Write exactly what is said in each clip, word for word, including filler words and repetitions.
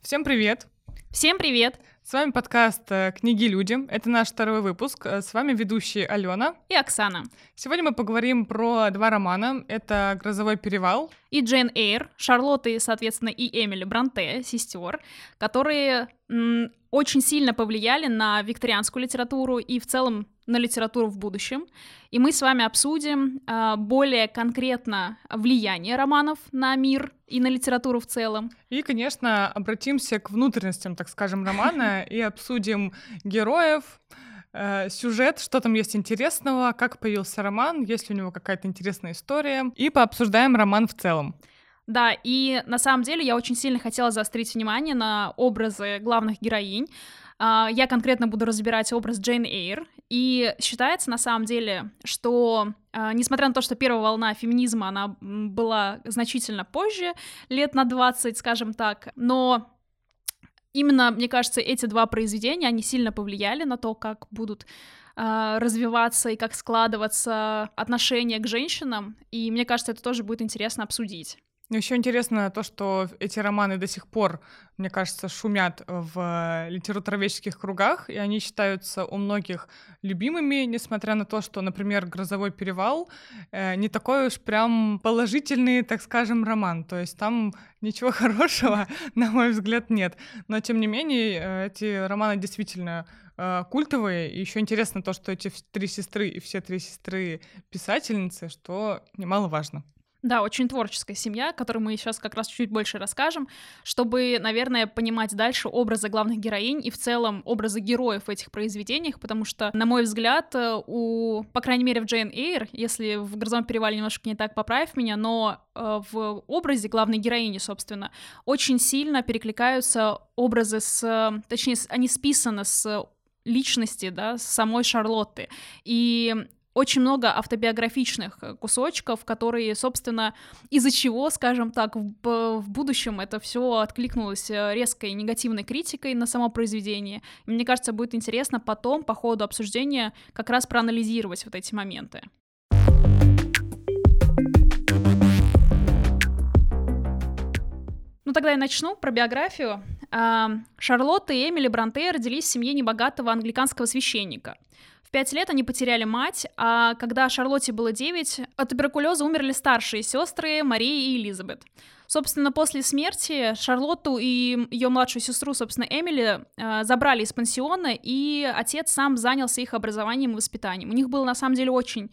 Всем привет! Всем привет! С вами подкаст э, «Книги людям». Это наш второй выпуск. Э, С вами ведущие Алена и Оксана. Сегодня мы поговорим про два романа. Это «Грозовой перевал» и Джейн Эйр, Шарлотты, соответственно, и Эмили Бронте, сестер, которые м, очень сильно повлияли на викторианскую литературу и в целом на литературу в будущем. И мы с вами обсудим э, более конкретно влияние романов на мир и на литературу в целом. И, конечно, обратимся к внутренностям, так скажем, романа и обсудим героев, э, сюжет, что там есть интересного, как появился роман, есть ли у него какая-то интересная история, и пообсуждаем роман в целом. Да, и на самом деле я очень сильно хотела заострить внимание на образы главных героинь. Я конкретно буду разбирать образ Джейн Эйр, и считается на самом деле, что, несмотря на то, что первая волна феминизма, она была значительно позже, лет на двадцать, скажем так, но именно, мне кажется, эти два произведения, они сильно повлияли на то, как будут развиваться и как складываться отношения к женщинам, и мне кажется, это тоже будет интересно обсудить. Еще интересно то, что эти романы до сих пор, мне кажется, шумят в литературоведческих кругах, и они считаются у многих любимыми, несмотря на то, что, например, «Грозовой перевал» э, не такой уж прям положительный, так скажем, роман. То есть там ничего хорошего, на мой взгляд, нет. Но, тем не менее, эти романы действительно э, культовые. И еще интересно то, что эти три сестры и все три сестры писательницы, что немаловажно. Да, очень творческая семья, о которой мы сейчас как раз чуть больше расскажем, чтобы, наверное, понимать дальше образы главных героинь и в целом образы героев в этих произведениях, потому что, на мой взгляд, у, по крайней мере, в Джейн Эйр, если в «Грозовом перевале» немножко не так, поправь меня, но э, в образе главной героини, собственно, очень сильно перекликаются образы с... Точнее, они списаны с личности, да, с самой Шарлотты. И очень много автобиографичных кусочков, которые, собственно, из-за чего, скажем так, в, в будущем это все откликнулось резкой негативной критикой на само произведение. И мне кажется, будет интересно потом, по ходу обсуждения, как раз проанализировать вот эти моменты. Ну, тогда я начну про биографию. Шарлотта и Эмили Бронте родились в семье небогатого англиканского священника. В пять лет они потеряли мать, а когда Шарлотте было девять, от туберкулеза умерли старшие сестры Мария и Элизабет. Собственно, после смерти Шарлотту и ее младшую сестру, собственно, Эмили, забрали из пансиона, и отец сам занялся их образованием и воспитанием. У них было, на самом деле, очень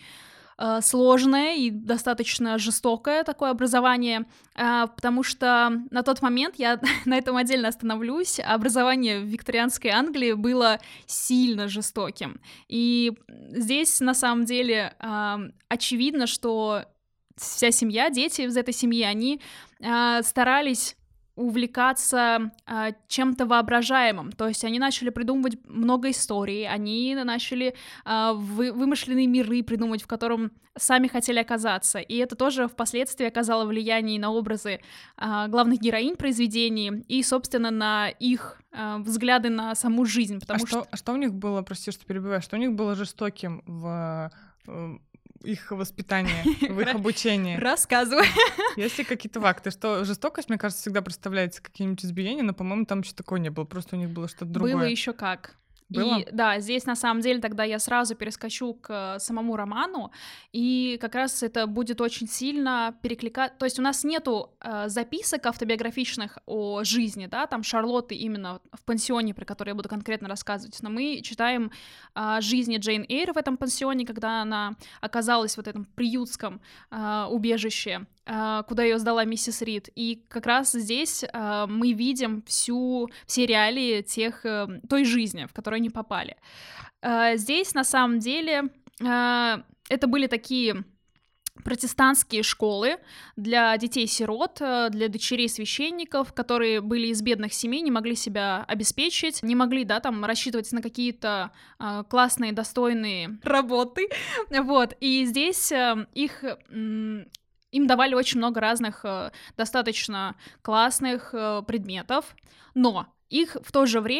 сложное и достаточно жестокое такое образование, потому что на тот момент, я на этом отдельно остановлюсь, образование в викторианской Англии было сильно жестоким. И здесь, на самом деле, очевидно, что вся семья, дети из этой семьи, они старались увлекаться а, чем-то воображаемым, то есть они начали придумывать много историй, они начали а, вы, вымышленные миры придумывать, в котором сами хотели оказаться, и это тоже впоследствии оказало влияние на образы а, главных героинь произведений и, собственно, на их а, взгляды на саму жизнь, потому а что... что... А что у них было, прости, что перебиваю, что у них было жестоким в... их воспитание, в их обучении. Рассказывай. Есть ли какие-то факты? Что жестокость, мне кажется, всегда представляется каким-нибудь избиением, но, по-моему, там еще такого не было, просто у них было что-то другое. Было еще как. Было? И да, здесь на самом деле тогда я сразу перескочу к самому роману, и как раз это будет очень сильно перекликать, то есть у нас нету э, записок автобиографичных о жизни, да, там Шарлотты именно в пансионе, про который я буду конкретно рассказывать, но мы читаем о жизни Джейн Эйр в этом пансионе, когда она оказалась в вот этом приютском э, убежище, куда ее сдала миссис Рид. И как раз здесь э, мы видим всю, все реалии тех, э, той жизни, в которую они попали. Э, здесь, на самом деле, э, это были такие протестантские школы для детей-сирот, для дочерей священников, которые были из бедных семей, не могли себя обеспечить, не могли, да, там, рассчитывать на какие-то э, классные, достойные работы, вот, и здесь э, их... Э, Им давали очень много разных э, достаточно классных э, предметов, но их в то же время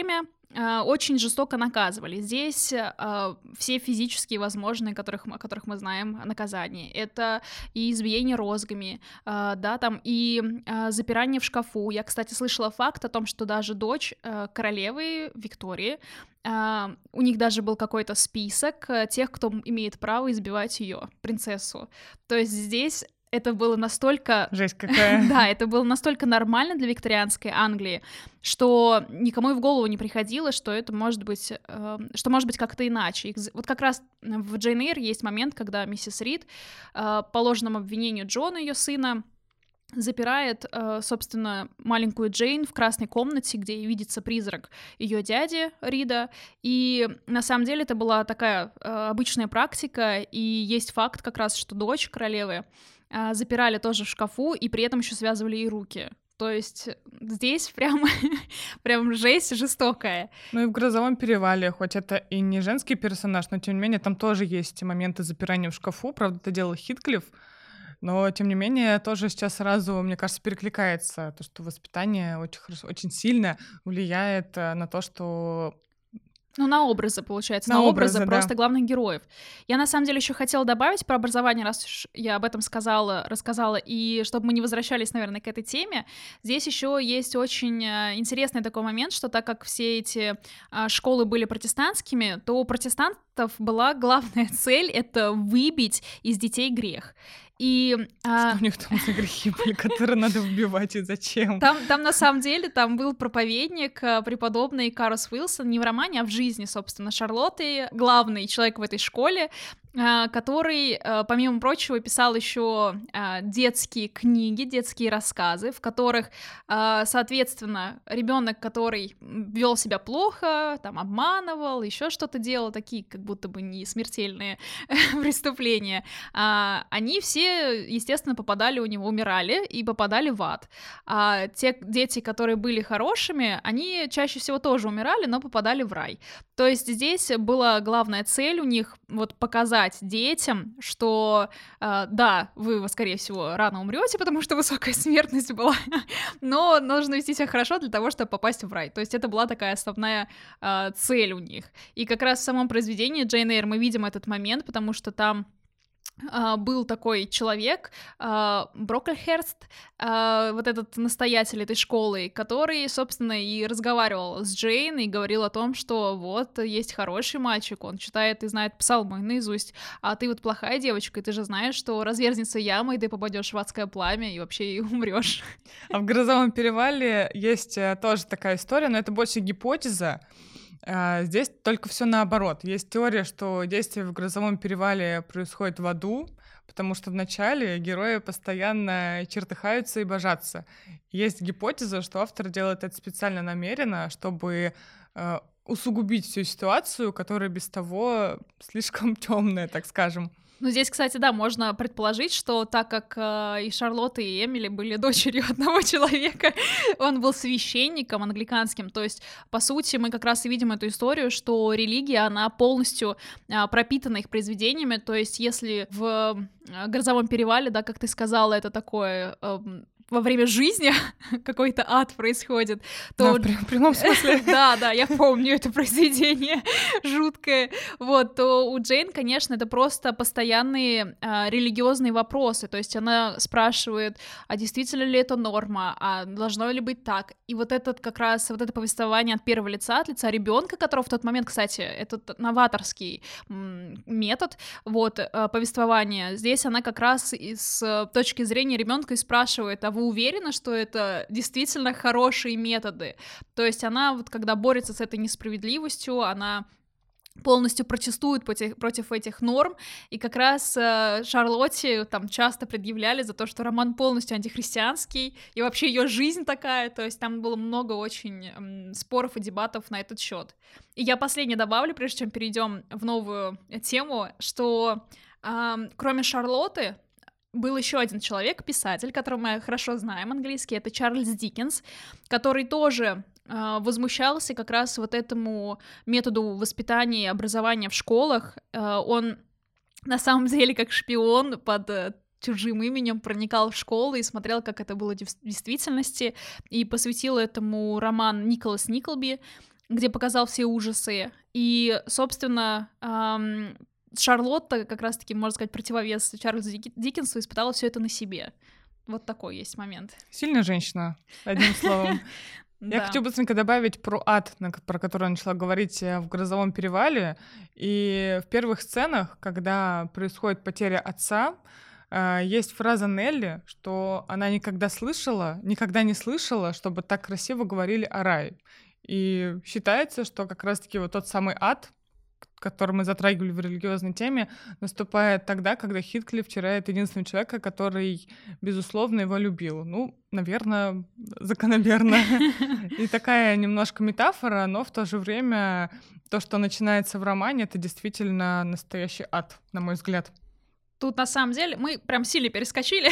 э, очень жестоко наказывали. Здесь э, все физические возможные, которых, о которых мы знаем, наказания. Это и избиение розгами, э, да, там и э, запирание в шкафу. Я, кстати, слышала факт о том, что даже дочь э, королевы Виктории, Uh, у них даже был какой-то список uh, тех, кто имеет право избивать ее, принцессу. То есть здесь это было настолько... Жесть какая. Да, это было настолько нормально для викторианской Англии, что никому и в голову не приходило, что это может быть, uh, что может быть как-то иначе. Вот как раз в Джейн Эйр есть момент, когда миссис Рид uh, по ложному обвинению Джона, ее сына, запирает, собственно, маленькую Джейн в красной комнате, где ей видится призрак ее дяди Рида, и на самом деле это была такая обычная практика, и есть факт как раз, что дочь королевы запирали тоже в шкафу, и при этом еще связывали ей руки. То есть здесь прям, прям жесть жестокая. Ну и в «Грозовом перевале», хоть это и не женский персонаж, но тем не менее там тоже есть моменты запирания в шкафу, правда, это делал Хитклифф, но, тем не менее, тоже сейчас сразу, мне кажется, перекликается то, что воспитание очень хорошо, очень сильно влияет на то, что... Ну, на образы, получается, на, на образы, образы да. просто главных героев. Я, на самом деле, еще хотела добавить про образование, раз уж я об этом сказала, рассказала, и чтобы мы не возвращались, наверное, к этой теме, здесь еще есть очень интересный такой момент, что так как все эти школы были протестантскими, то у протестантов была главная цель — это выбить из детей грех. И, что а... у них там за грехи были, которые надо вбивать, и зачем? Там, там на самом деле там был проповедник, преподобный Карус Уилсон, не в романе, а в жизни, собственно, Шарлотты, главный человек в этой школе, который, помимо прочего, писал еще детские книги, детские рассказы, в которых, соответственно, ребенок, который вел себя плохо, там обманывал, еще что-то делал, такие как будто бы не смертельные преступления, они все, естественно, попадали у него, умирали и попадали в ад. А те дети, которые были хорошими, они чаще всего тоже умирали, но попадали в рай. То есть здесь была главная цель у них вот показать детям, что э, да, вы, скорее всего, рано умрете, потому что высокая смертность была, но нужно вести себя хорошо для того, чтобы попасть в рай. То есть это была такая основная э, цель у них. И как раз в самом произведении Джейн Эйр мы видим этот момент, потому что там Uh, был такой человек, uh, Брокльхерст, uh, вот этот настоятель этой школы, который, собственно, и разговаривал с Джейн и говорил о том, что вот есть хороший мальчик, он читает и знает псалмы наизусть, а ты вот плохая девочка, и ты же знаешь, что разверзнется яма, и ты попадешь в адское пламя и вообще и умрешь. А в «Грозовом перевале» есть тоже такая история, но это больше гипотеза. А здесь только все наоборот. Есть теория, что действие в «Грозовом перевале» происходит в аду, потому что вначале герои постоянно чертыхаются и божатся. Есть гипотеза, что автор делает это специально намеренно, чтобы э, усугубить всю ситуацию, которая без того слишком темная, так скажем. Ну, здесь, кстати, да, можно предположить, что так как э, и Шарлотта, и Эмили были дочерью одного человека, он был священником англиканским, то есть, по сути, мы как раз и видим эту историю, что религия, она полностью э, пропитана их произведениями, то есть, если в э, «Грозовом перевале», да, как ты сказала, это такое... Э, во время жизни какой-то ад происходит, то... Да, в прямом смысле. Да, да, я помню это произведение жуткое. Вот, то у Джейн, конечно, это просто постоянные а, религиозные вопросы, то есть она спрашивает, а действительно ли это норма, а должно ли быть так? И вот этот как раз, вот это повествование от первого лица, от лица ребенка, которого в тот момент, кстати, этот новаторский м- метод, вот, повествования, здесь она как раз с точки зрения ребенка и спрашивает, а вы уверены, что это действительно хорошие методы? То есть она вот когда борется с этой несправедливостью, она полностью протестует против, против этих норм, и как раз э, Шарлотте там часто предъявляли за то, что роман полностью антихристианский, и вообще ее жизнь такая, то есть там было много очень э, споров и дебатов на этот счет. И я последнее добавлю, прежде чем перейдем в новую тему, что э, кроме Шарлотты, был еще один человек, писатель, которого мы хорошо знаем английский, это Чарльз Диккенс, который тоже э, возмущался как раз вот этому методу воспитания и образования в школах. Э, он на самом деле как шпион под э, чужим именем проникал в школы и смотрел, как это было в действительности, и посвятил этому роман Николас Никлби. где показал все ужасы. И, собственно, эм, Шарлотта, как раз-таки, можно сказать, противовес Чарльзу Дик- Диккенсу, испытала все это на себе. Вот такой есть момент. Сильная женщина, одним словом. Я Да. хочу быстренько добавить про ад, на ко- про который я начала говорить э, в «Грозовом перевале». И в первых сценах, когда происходит потеря отца, э, есть фраза Нелли, что она никогда слышала, никогда не слышала, чтобы так красиво говорили о рае. И считается, что как раз-таки вот тот самый ад, который мы затрагивали в религиозной теме, наступает тогда, когда Хитклифф теряет единственного человека, который, безусловно, его любил. Ну, наверное, закономерно. И такая немножко метафора, но в то же время то, что начинается в романе, это действительно настоящий ад, на мой взгляд. Тут, на самом деле, мы прям сильно перескочили,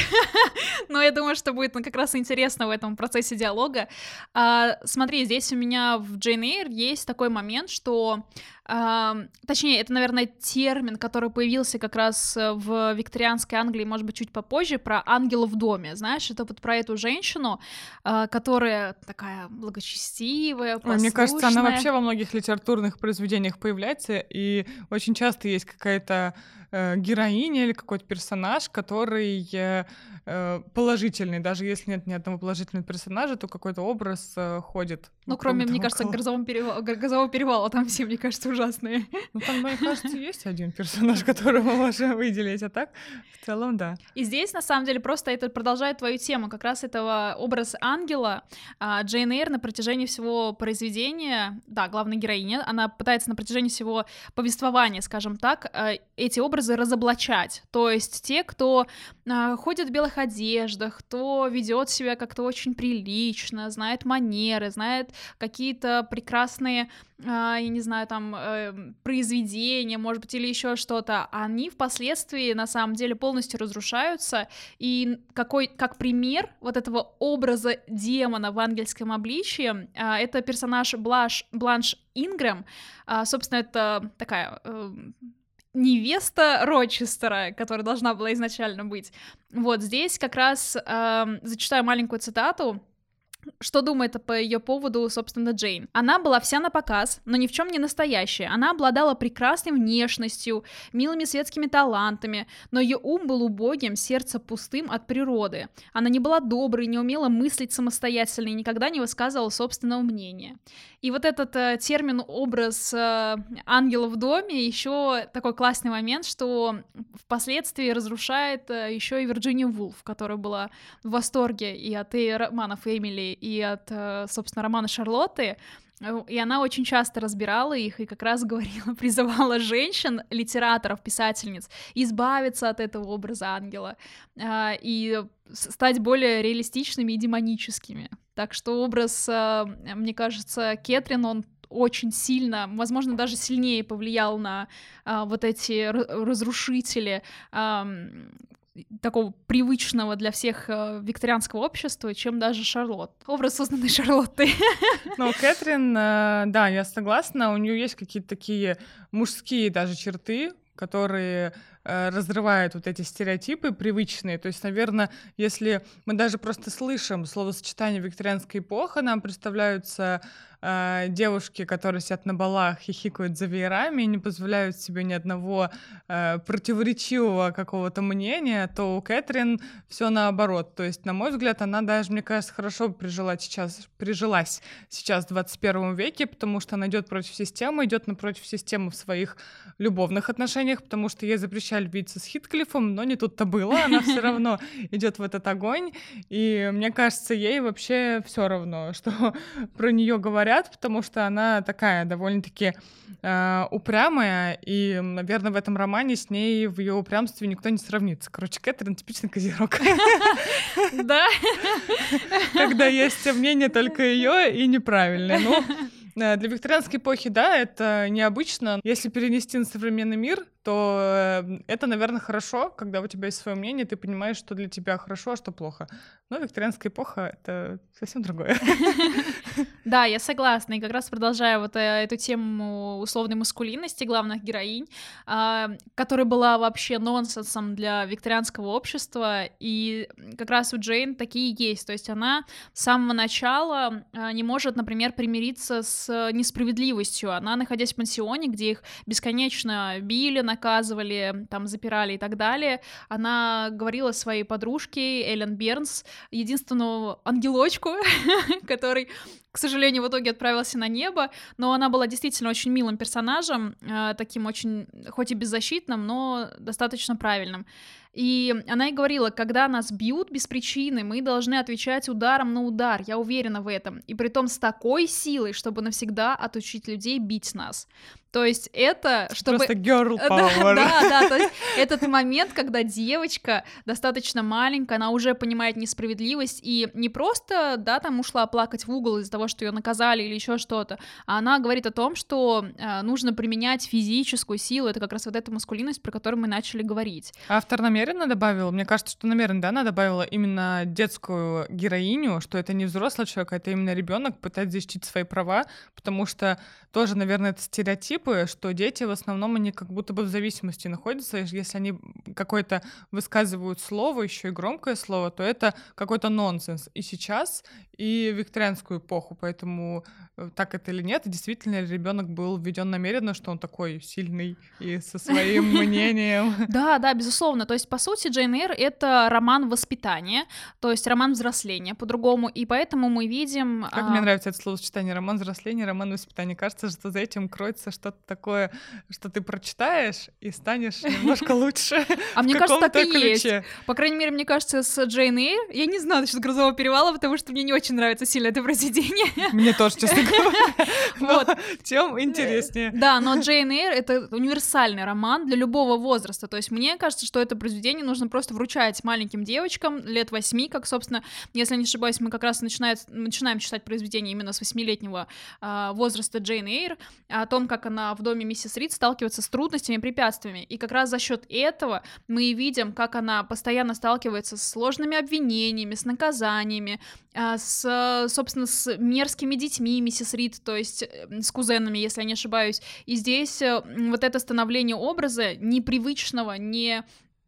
но я думаю, что будет ну, как раз интересно в этом процессе диалога. А, смотри, здесь у меня в Джейн Эйр есть такой момент, что... А, точнее, это, наверное, термин, который появился как раз в викторианской Англии, может быть, чуть попозже, про ангела в доме, знаешь, это вот про эту женщину, а, которая такая благочестивая, послушная. Ой, мне кажется, она вообще во многих литературных произведениях появляется, и очень часто есть какая-то э, героиня или какой-то персонаж, который э, э, положительный, даже если нет ни одного положительного персонажа, то какой-то образ э, ходит. Ну, вокруг кроме, да мне кажется, около. «Грозового перевала», «Грозового перевала», там все, мне кажется, ужасные. Ну, там, мне кажется, есть один персонаж, которого можно выделить, а так, в целом, да. И здесь, на самом деле, просто это продолжает твою тему, как раз этого образ ангела. А, Джейн Эйр на протяжении всего произведения, да, главная героиня, она пытается на протяжении всего повествования, скажем так, а, эти образы разоблачать. То есть те, кто а, ходит в белых одеждах, кто ведет себя как-то очень прилично, знает манеры, знает какие-то прекрасные, а, я не знаю, там, э, произведения, может быть, или еще что-то, они впоследствии, на самом деле, полностью разрушаются, и какой, как пример вот этого образа демона в ангельском обличии, а, это персонаж Блаш, Бланш Ингрэм, а, собственно, это такая... Э, невеста Рочестера, которая должна была изначально быть. Вот здесь как раз э, зачитаю маленькую цитату. Что думает по ее поводу, собственно, Джейн? Она была вся на показ, но ни в чем не настоящая. Она обладала прекрасной внешностью, милыми светскими талантами, но ее ум был убогим, сердце пустым от природы. Она не была доброй, не умела мыслить самостоятельно и никогда не высказывала собственного мнения. И вот этот э, термин, образ э, ангела в доме, еще такой классный момент, что впоследствии разрушает э, еще и Вирджинию Вулф, которая была в восторге и от и романов Эмили, и от, собственно, романа Шарлотты, и она очень часто разбирала их и как раз говорила, призывала женщин, литераторов, писательниц, избавиться от этого образа ангела и стать более реалистичными и демоническими. Так что образ, мне кажется, Кэтрин, он очень сильно, возможно, даже сильнее повлиял на а, вот эти разрушители а, такого привычного для всех э, викторианского общества, чем даже Шарлотт. Образ, созданный Шарлоттой. Ну, Кэтрин, э, да, я согласна, у нее есть какие-то такие мужские даже черты, которые э, разрывают вот эти стереотипы привычные. То есть, наверное, если мы даже просто слышим словосочетание «викторианская эпоха», нам представляются э, девушки, которые сидят на балах, хихикают за веерами и не позволяют себе ни одного э, противоречивого какого-то мнения, то у Кэтрин все наоборот. То есть, на мой взгляд, она даже, мне кажется, хорошо прижилась сейчас, прижилась сейчас в двадцать первом веке, потому что она идет против системы, идет напротив системы в своих любовных отношениях, потому что ей запрещали видеться с Хитклиффом, но не тут-то было, она все равно идет в этот огонь, и мне кажется, ей вообще все равно, что про нее говорят, потому что она такая довольно-таки э, упрямая, и, наверное, в этом романе с ней в ее упрямстве никто не сравнится. Короче, Кэтрин типичный козерог. Да? Когда есть мнение только ее и неправильное. Ну, для викторианской эпохи, да, это необычно. Если перенести на современный мир, то это, наверное, хорошо, когда у тебя есть свое мнение, ты понимаешь, что для тебя хорошо, а что плохо. Но викторианская эпоха — это совсем другое. Да, я согласна, и как раз продолжая вот э, эту тему условной маскулинности главных героинь, а, которая была вообще нонсенсом для викторианского общества, и как раз у Джейн такие есть, то есть она с самого начала а, не может, например, примириться с несправедливостью, она, находясь в пансионе, где их бесконечно били, наказывали, там, запирали и так далее, она говорила своей подружке Эллен Бернс, единственному ангелочку, который, к сожалению, в итоге отправился на небо, но она была действительно очень милым персонажем, э, таким очень, хоть и беззащитным, но достаточно правильным. И она и говорила, когда нас бьют без причины, мы должны отвечать ударом на удар, я уверена в этом, и притом с такой силой, чтобы навсегда отучить людей бить нас. То есть это, чтобы... Просто girl Да, power. да, да, то есть этот момент, когда девочка достаточно маленькая, она уже понимает несправедливость и не просто, да, там ушла плакать в угол из-за того, что ее наказали или еще что-то, а она говорит о том, что э, нужно применять физическую силу, это как раз вот эта маскулинность, про которую мы начали говорить. Автор намеренно добавил, мне кажется, что намеренно, да, она добавила именно детскую героиню, что это не взрослый человек, а это именно ребенок пытается защитить свои права, потому что тоже, наверное, это стереотип, что дети в основном они как будто бы в зависимости находятся, если они какое-то высказывают слово, еще и громкое слово, то это какой-то нонсенс. И сейчас, и в викторианскую эпоху, поэтому так это или нет, действительно ребенок был введен намеренно, что он такой сильный и со своим мнением. Да, да, безусловно. То есть, по сути, Джейн Эйр — это роман воспитания, то есть роман взросления, по-другому, и поэтому мы видим... Как а... мне нравится это словосочетание: роман взросления, роман воспитания. Кажется, что за этим кроется что-то такое, что ты прочитаешь и станешь немножко лучше. А мне кажется, так и есть. По крайней мере, мне кажется, с Джейн Эйр, я не знаю насчет «Грозового перевала», потому что мне не очень нравится сильно это произведение. Мне тоже, честно говоря. Тем интереснее. Да, но Джейн Эйр — это универсальный роман для любого возраста. То есть мне кажется, что это произведение нужно просто вручать маленьким девочкам лет восьми, как, собственно, если не ошибаюсь, мы как раз начинает, начинаем читать произведение именно с восьмилетнего э, возраста Джейн Эйр, о том, как она в доме миссис Рид сталкивается с трудностями и препятствиями. И как раз за счет этого мы видим, как она постоянно сталкивается с сложными обвинениями, с наказаниями, с, собственно, с мерзкими детьми миссис Рид, то есть с кузенами, если я не ошибаюсь. И здесь вот это становление образа непривычного, не...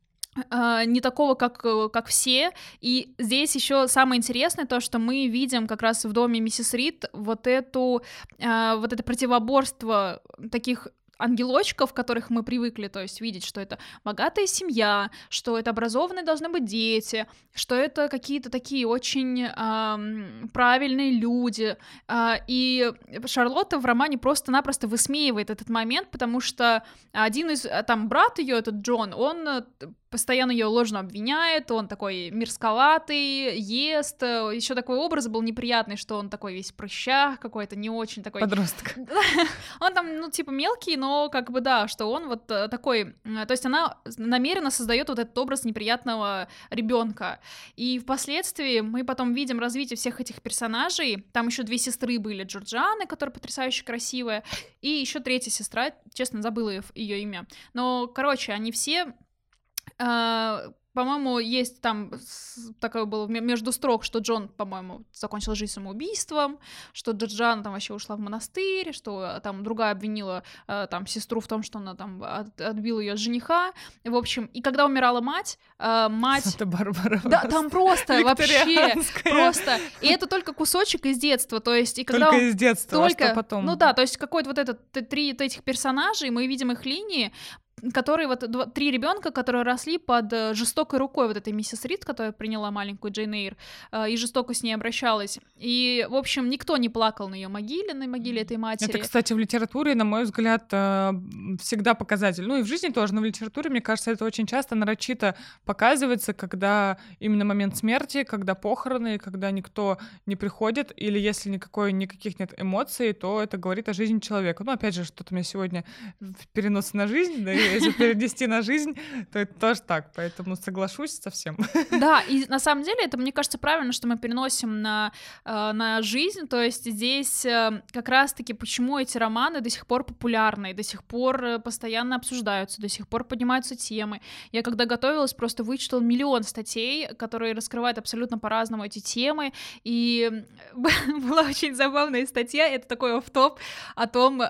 Uh, не такого, как, как все. И здесь еще самое интересное то, что мы видим как раз в доме миссис Рид вот эту, uh, вот это противоборство таких ангелочков, которых мы привыкли, то есть видеть, что это богатая семья, что это образованные должны быть дети, что это какие-то такие очень эм, правильные люди. Э, и Шарлотта в романе просто-напросто высмеивает этот момент, потому что один из, там, брат ее, этот Джон, он постоянно ее ложно обвиняет, он такой мерзковатый, ест, еще такой образ был неприятный, что он такой весь в прыщах, какой-то не очень такой... Подросток. Он там, ну, типа мелкий, но как бы да, что он вот такой... То есть она намеренно создает вот этот образ неприятного ребенка. И впоследствии мы потом видим развитие всех этих персонажей. Там еще две сестры были, Джорджиана, которая потрясающе красивая, и еще третья сестра, честно, забыла ее имя. Но, короче, они все... Uh, по-моему, есть там такое было между строк, что Джон, по-моему, закончил жизнь самоубийством, что Джорджиана там вообще ушла в монастырь, что там другая обвинила там сестру в том, что она там от, отбила ее от жениха. В общем, и когда умирала мать, мать... Санта-Барбара. Да, там просто вообще, просто. И это только кусочек из детства, то есть... И когда только он... из детства, только... а что потом? Ну да, то есть какой-то вот этот, три этих персонажей, мы видим их линии, которые вот два, три ребенка, которые росли под э, жестокой рукой вот этой миссис Рид, которая приняла маленькую Джейн Эйр э, и жестоко с ней обращалась. И, в общем, никто не плакал на ее могиле, на могиле этой матери. Это, кстати, в литературе, на мой взгляд, э, всегда показатель. Ну и в жизни тоже, но в литературе, мне кажется, это очень часто нарочито показывается, когда именно момент смерти, когда похороны, когда никто не приходит, или если никакой, никаких нет эмоций, то это говорит о жизни человека. Ну, опять же, что-то у меня сегодня перенос на жизнь, да, и если перенести на жизнь, то это тоже так, поэтому соглашусь со всем. Да, и на самом деле это, мне кажется, правильно, что мы переносим на, на жизнь, то есть здесь как раз-таки почему эти романы до сих пор популярны, до сих пор постоянно обсуждаются, до сих пор поднимаются темы. Я когда готовилась, просто вычитала миллион статей, которые раскрывают абсолютно по-разному эти темы, и была очень забавная статья, это такой офф-топ о том,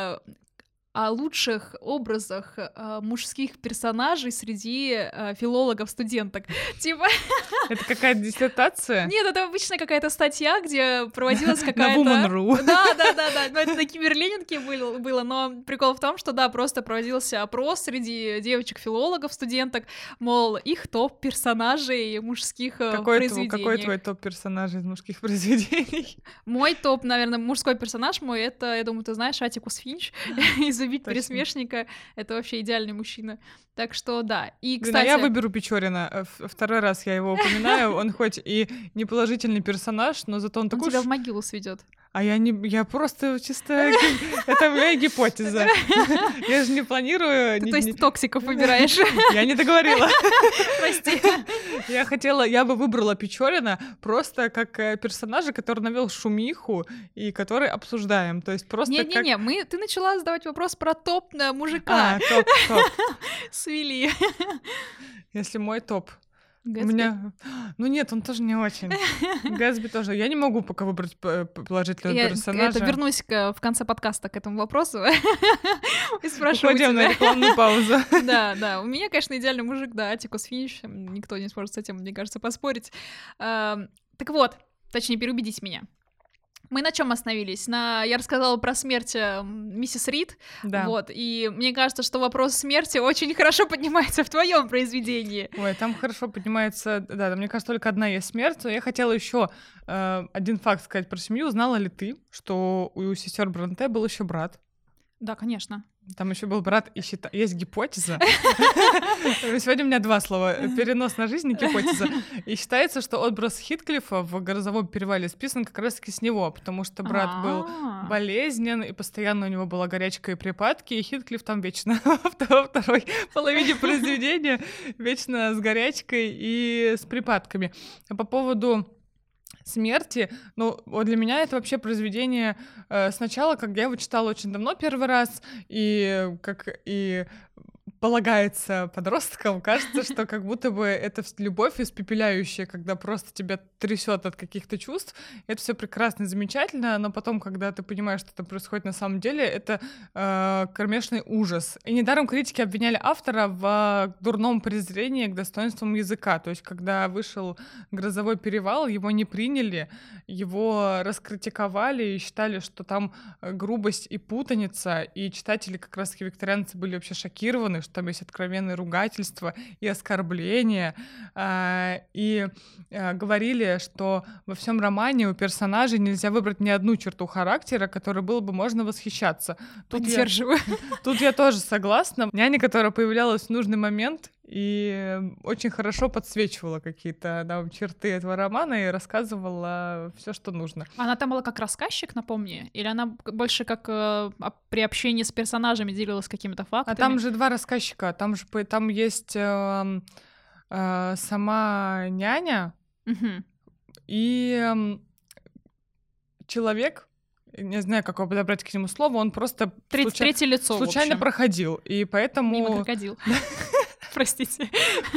о лучших образах э, мужских персонажей среди э, филологов-студенток. Типа... Это какая-то диссертация? Нет, это обычно какая-то статья, где проводилась какая-то... На Woman.ru. Да, да, да, да. Но это на Киберленинке было, было, но прикол в том, что, да, просто проводился опрос среди девочек-филологов, студенток, мол, их топ-персонажей мужских какой произведений. Твой, какой твой топ-персонаж из мужских произведений? Мой топ, наверное, мужской персонаж мой, это, я думаю, ты знаешь, Аттикус Финч из «Убить пересмешника», это вообще идеальный мужчина. Так что да. И, кстати... Блин, а я выберу Печорина. Второй раз я его упоминаю. Он хоть и не положительный персонаж, но зато он, он такой... Он тебя в могилу сведет. А я не, я просто чисто, это моя гипотеза. Я же не планирую. Ты, то есть токсиков выбираешь? Я не договорила. Прости. Я хотела, я бы выбрала Печорина просто как персонажа, который навел шумиху и который обсуждаем. То есть просто не, не, не, мы, ты начала задавать вопрос про топ на мужика. А, топ, топ. Свели. Если мой топ. Гэтсби? У меня... Ну нет, он тоже не очень. Гэтсби тоже. Я не могу пока выбрать положительного я персонажа. Это вернусь к, в конце подкаста к этому вопросу. И спрошу Уходим тебя. на рекламную паузу. Да, да. У меня, конечно, идеальный мужик, да, Аттикус Финч. Никто не сможет с этим, мне кажется, поспорить. Так вот, точнее, переубедить меня. Мы на чем остановились? На... Я рассказала про смерть миссис Рид, да. Вот, и мне кажется, что вопрос смерти очень хорошо поднимается в твоем произведении. Ой, там хорошо поднимается, да, там, мне кажется, только одна есть смерть. Я хотела еще э, один факт сказать про семью. Знала ли ты, что у сестер Бронте был еще брат? Да, конечно. Там еще был брат, и счита... есть гипотеза. Сегодня у меня два слова. Перенос на жизнь и гипотеза. И считается, что образ Хитклифа в «Грозовом перевале» списан как раз-таки с него, потому что брат был болезнен, и постоянно у него была горячка и припадки, и Хитклиф там вечно во второй половине произведения вечно с горячкой и с припадками. А по поводу смерти, ну, вот для меня это вообще произведение э, сначала, как я его читала очень давно первый раз, и как и полагается подросткам, кажется, что как будто бы это любовь испепеляющая, когда просто тебя трясет от каких-то чувств. Это все прекрасно и замечательно, но потом, когда ты понимаешь, что это происходит на самом деле, это э, кромешный ужас. И недаром критики обвиняли автора в дурном презрении к достоинствам языка. То есть, когда вышел «Грозовой перевал», его не приняли, его раскритиковали и считали, что там грубость и путаница, и читатели, как раз-таки викторианцы, были вообще шокированы, что там есть откровенные ругательства и оскорбления, э, и э, говорили, что во всем романе у персонажей нельзя выбрать ни одну черту характера, которой было бы можно восхищаться. Тут я, тут я тоже согласна. Няня, которая появлялась в нужный момент и очень хорошо подсвечивала какие-то да, черты этого романа и рассказывала все, что нужно. Она там была как рассказчик, напомни? Или она больше как э, при общении с персонажами делилась какими-то фактами? А там же два рассказчика. Там же там есть э, э, сама няня угу. и э, человек, не знаю, как его подобрать к нему слово, он просто Треть, случай... третье лицо, случайно проходил, и поэтому... Мимо крокодил. Простите.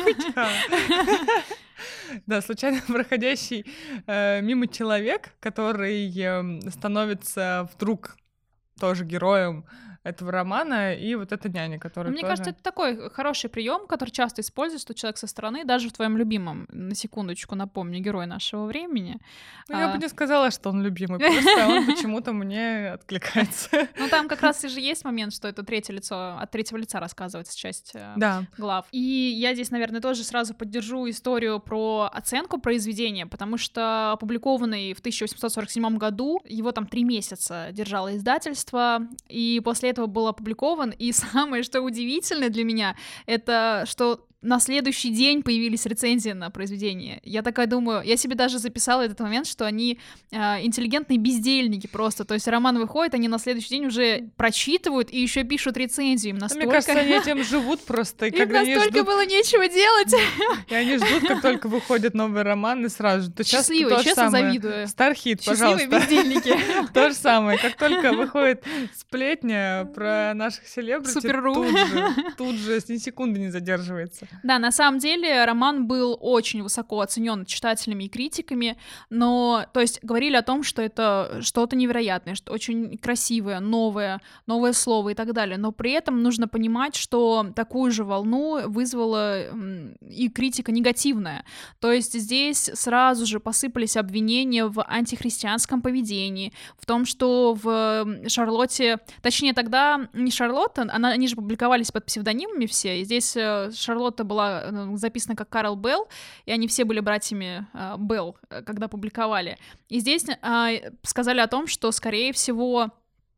Да, случайно проходящий э, мимо человек, который э, становится вдруг тоже героем этого романа, и вот эта няня, которая Мне тоже... кажется, это такой хороший прием, который часто используется, что человек со стороны, даже в твоем любимом, на секундочку напомню, герой нашего времени. Ну, а... я бы не сказала, что он любимый, просто он почему-то мне откликается. Ну, там как раз и же есть момент, что это третье лицо, от третьего лица рассказывается часть да. глав. И я здесь, наверное, тоже сразу поддержу историю про оценку произведения, потому что опубликованный в тысяча восемьсот сорок седьмом году, его там три месяца держало издательство, и после этого был опубликован, и самое, что удивительное для меня, это что на следующий день появились рецензии на произведение. Я такая думаю, я себе даже записала этот момент, что они э, интеллигентные бездельники просто. То есть роман выходит, они на следующий день уже прочитывают и еще пишут рецензии. Им настолько... Мне кажется, они этим живут просто. И Им когда настолько ждут... было нечего делать. И они ждут, как только выходит новый роман, и сразу же. Счастливые, честно завидую. Стархит, пожалуйста. Счастливые бездельники. То же самое. Как только выходит сплетня про наших селебрити, Супер.ру. тут же, тут же ни секунды не задерживается. Да, на самом деле роман был очень высоко оценен читателями и критиками, но, то есть, говорили о том, что это что-то невероятное, что очень красивое, новое, новое слово и так далее, но при этом нужно понимать, что такую же волну вызвала и критика негативная, то есть здесь сразу же посыпались обвинения в антихристианском поведении, в том, что в Шарлотте, точнее тогда не Шарлотта, она, они же публиковались под псевдонимами все, и здесь Шарлотта была записана как Карл Белл, и они все были братьями э, Белл, когда публиковали. И здесь э, сказали о том, что, скорее всего,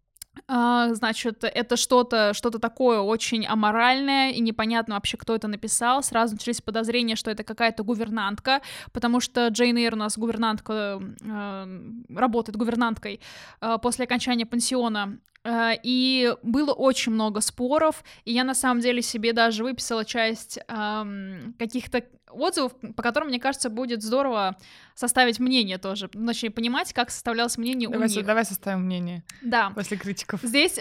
э, значит, это что-то, что-то такое очень аморальное, и непонятно вообще, кто это написал. Сразу начались подозрения, что это какая-то гувернантка, потому что Джейн Эйр у нас гувернантка, э, работает гувернанткой э, после окончания пансиона. И было очень много споров, и я на самом деле себе даже выписала часть эм, каких-то отзывов, по которым, мне кажется, будет здорово составить мнение тоже, значит, понимать, как составлялось мнение давай, у них. Давай составим мнение да. после критиков. Здесь,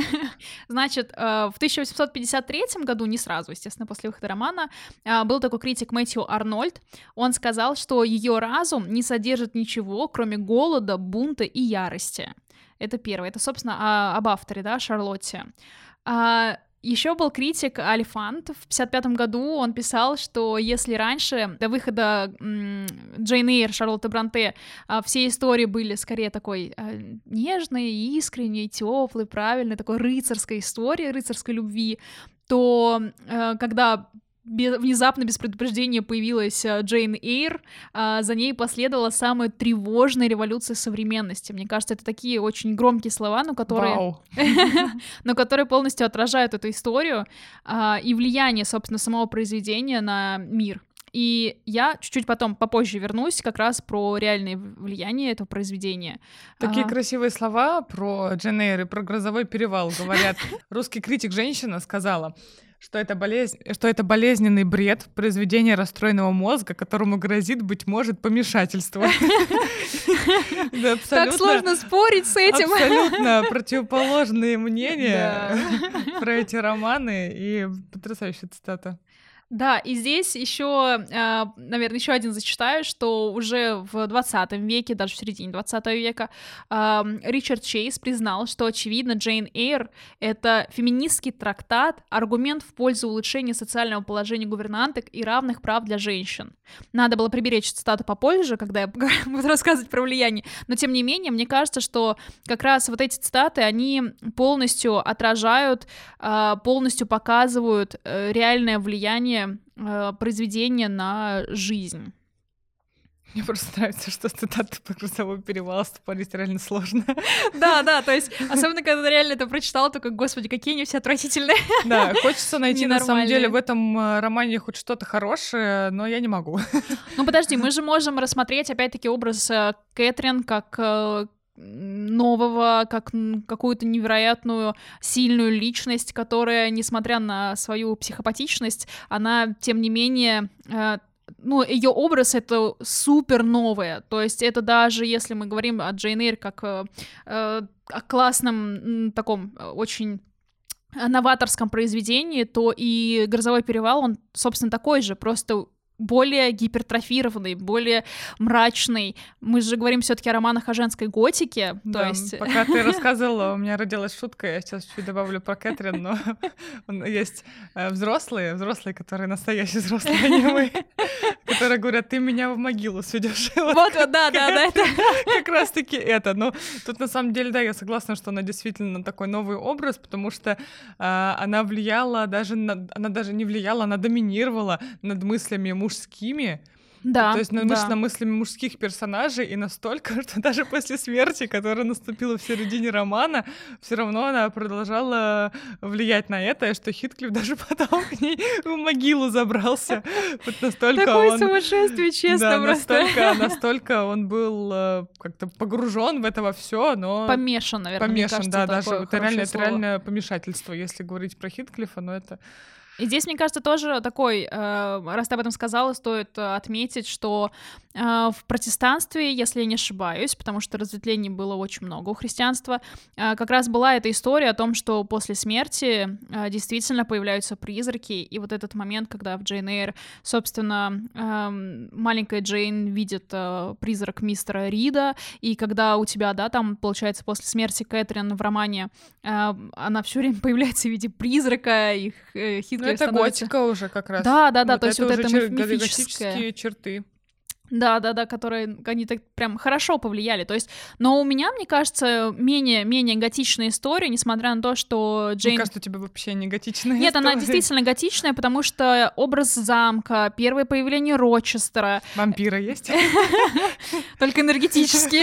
значит, в тысяча восемьсот пятьдесят третьем году, не сразу, естественно, после выхода романа, был такой критик Мэтью Арнольд, он сказал, что ее разум не содержит ничего, кроме голода, бунта и ярости. Это первое. Это, собственно, об авторе, да, Шарлотте. А, еще был критик Алифант. В пятьдесят пятом году он писал, что если раньше, до выхода м- Джейн Эйр, Шарлотты Бронте, а, все истории были скорее такой а, нежной, искренней, теплой, правильной, такой рыцарской историей, рыцарской любви, то а, когда внезапно, без предупреждения, появилась Джейн Эйр, а за ней последовала самая тревожная революция современности. Мне кажется, это такие очень громкие слова, но которые, но которые полностью отражают эту историю а, и влияние, собственно, самого произведения на мир. И я чуть-чуть потом, попозже вернусь как раз про реальное влияние этого произведения. Такие а... красивые слова про Джейн Эйр и про «Грозовой перевал» говорят. Русский критик-женщина сказала, что это, болезнь, что это болезненный бред, произведение расстроенного мозга, которому грозит, быть может, помешательство. Так сложно спорить с этим. Абсолютно противоположные мнения про эти романы, и потрясающая цитата. Да, и здесь еще, наверное, еще один зачитаю, что уже в двадцатом веке, даже в середине двадцатого века, Ричард Чейз признал, что, очевидно, Джейн Эйр — это феминистский трактат, аргумент в пользу улучшения социального положения гувернанток и равных прав для женщин. Надо было приберечь цитату попозже, когда я буду рассказывать про влияние, но, тем не менее, мне кажется, что как раз вот эти цитаты, они полностью отражают, полностью показывают реальное влияние произведения на жизнь. Мне просто нравится, что цитаты по «Грозовой перевал» спорить реально сложно. Да, да, то есть, особенно когда ты реально это прочитала, то как, господи, какие они все отвратительные. Да, хочется найти, на самом деле, в этом романе хоть что-то хорошее, но я не могу. Ну, подожди, мы же можем рассмотреть, опять-таки, образ Кэтрин как нового, как какую-то невероятную сильную личность, которая, несмотря на свою психопатичность, она, тем не менее, э, ну, ее образ — это супер новое, то есть это даже, если мы говорим о Джейн Эйр как э, э, о классном, таком очень новаторском произведении, то и «Грозовой перевал», он, собственно, такой же, просто более гипертрофированный, более мрачный. Мы же говорим все-таки о романах о женской готике. Да, то есть... пока ты рассказывала, у меня родилась шутка, я сейчас чуть добавлю про Кэтрин, но есть взрослые, взрослые, которые настоящие взрослые, а не мы, которые говорят, ты меня в могилу сведешь. Вот, вот, да, да, да. Это... Как раз-таки это. Но тут на самом деле, да, я согласна, что она действительно такой новый образ, потому что а, она влияла даже, на, она даже не влияла, она доминировала над мыслями мужскими, Да, То есть намышленно да. мыслями мужских персонажей, и настолько, что даже после смерти, которая наступила в середине романа, все равно она продолжала влиять на это, и что Хитклифф даже потом к ней в могилу забрался. Вот настолько Такое он... сумасшествие, честно, Да, просто. настолько, настолько он был э, как-то погружен в это во все, но... Помешан, наверное, мне Помешан, кажется, да, даже такое это реально, хорошее это слово. реально помешательство, если говорить про Хитклиффа, но это... И здесь, мне кажется, тоже такой, э, раз ты об этом сказала, стоит э, отметить, что э, в протестанстве, если я не ошибаюсь, потому что разветвлений было очень много у христианства, э, как раз была эта история о том, что после смерти э, действительно появляются призраки, и вот этот момент, когда в Джейн Эйр, собственно, э, маленькая Джейн видит э, призрак мистера Рида, и когда у тебя, да, там, получается, после смерти Кэтрин в романе, э, она все время появляется в виде призрака, их э, Хитклифф Ну, это становится... готика уже как раз. Да, да, да, Вот то есть это вот уже это чер- миф- готические мифическое. черты. Да, да, да, которые они так прям хорошо повлияли. То есть, но у меня, мне кажется, менее, менее готичная история, несмотря на то, что Джейн... Мне кажется, у тебя вообще не готичная Нет, история. она действительно готичная, потому что образ замка, первое появление Рочестера... Вампира есть? Только энергетические.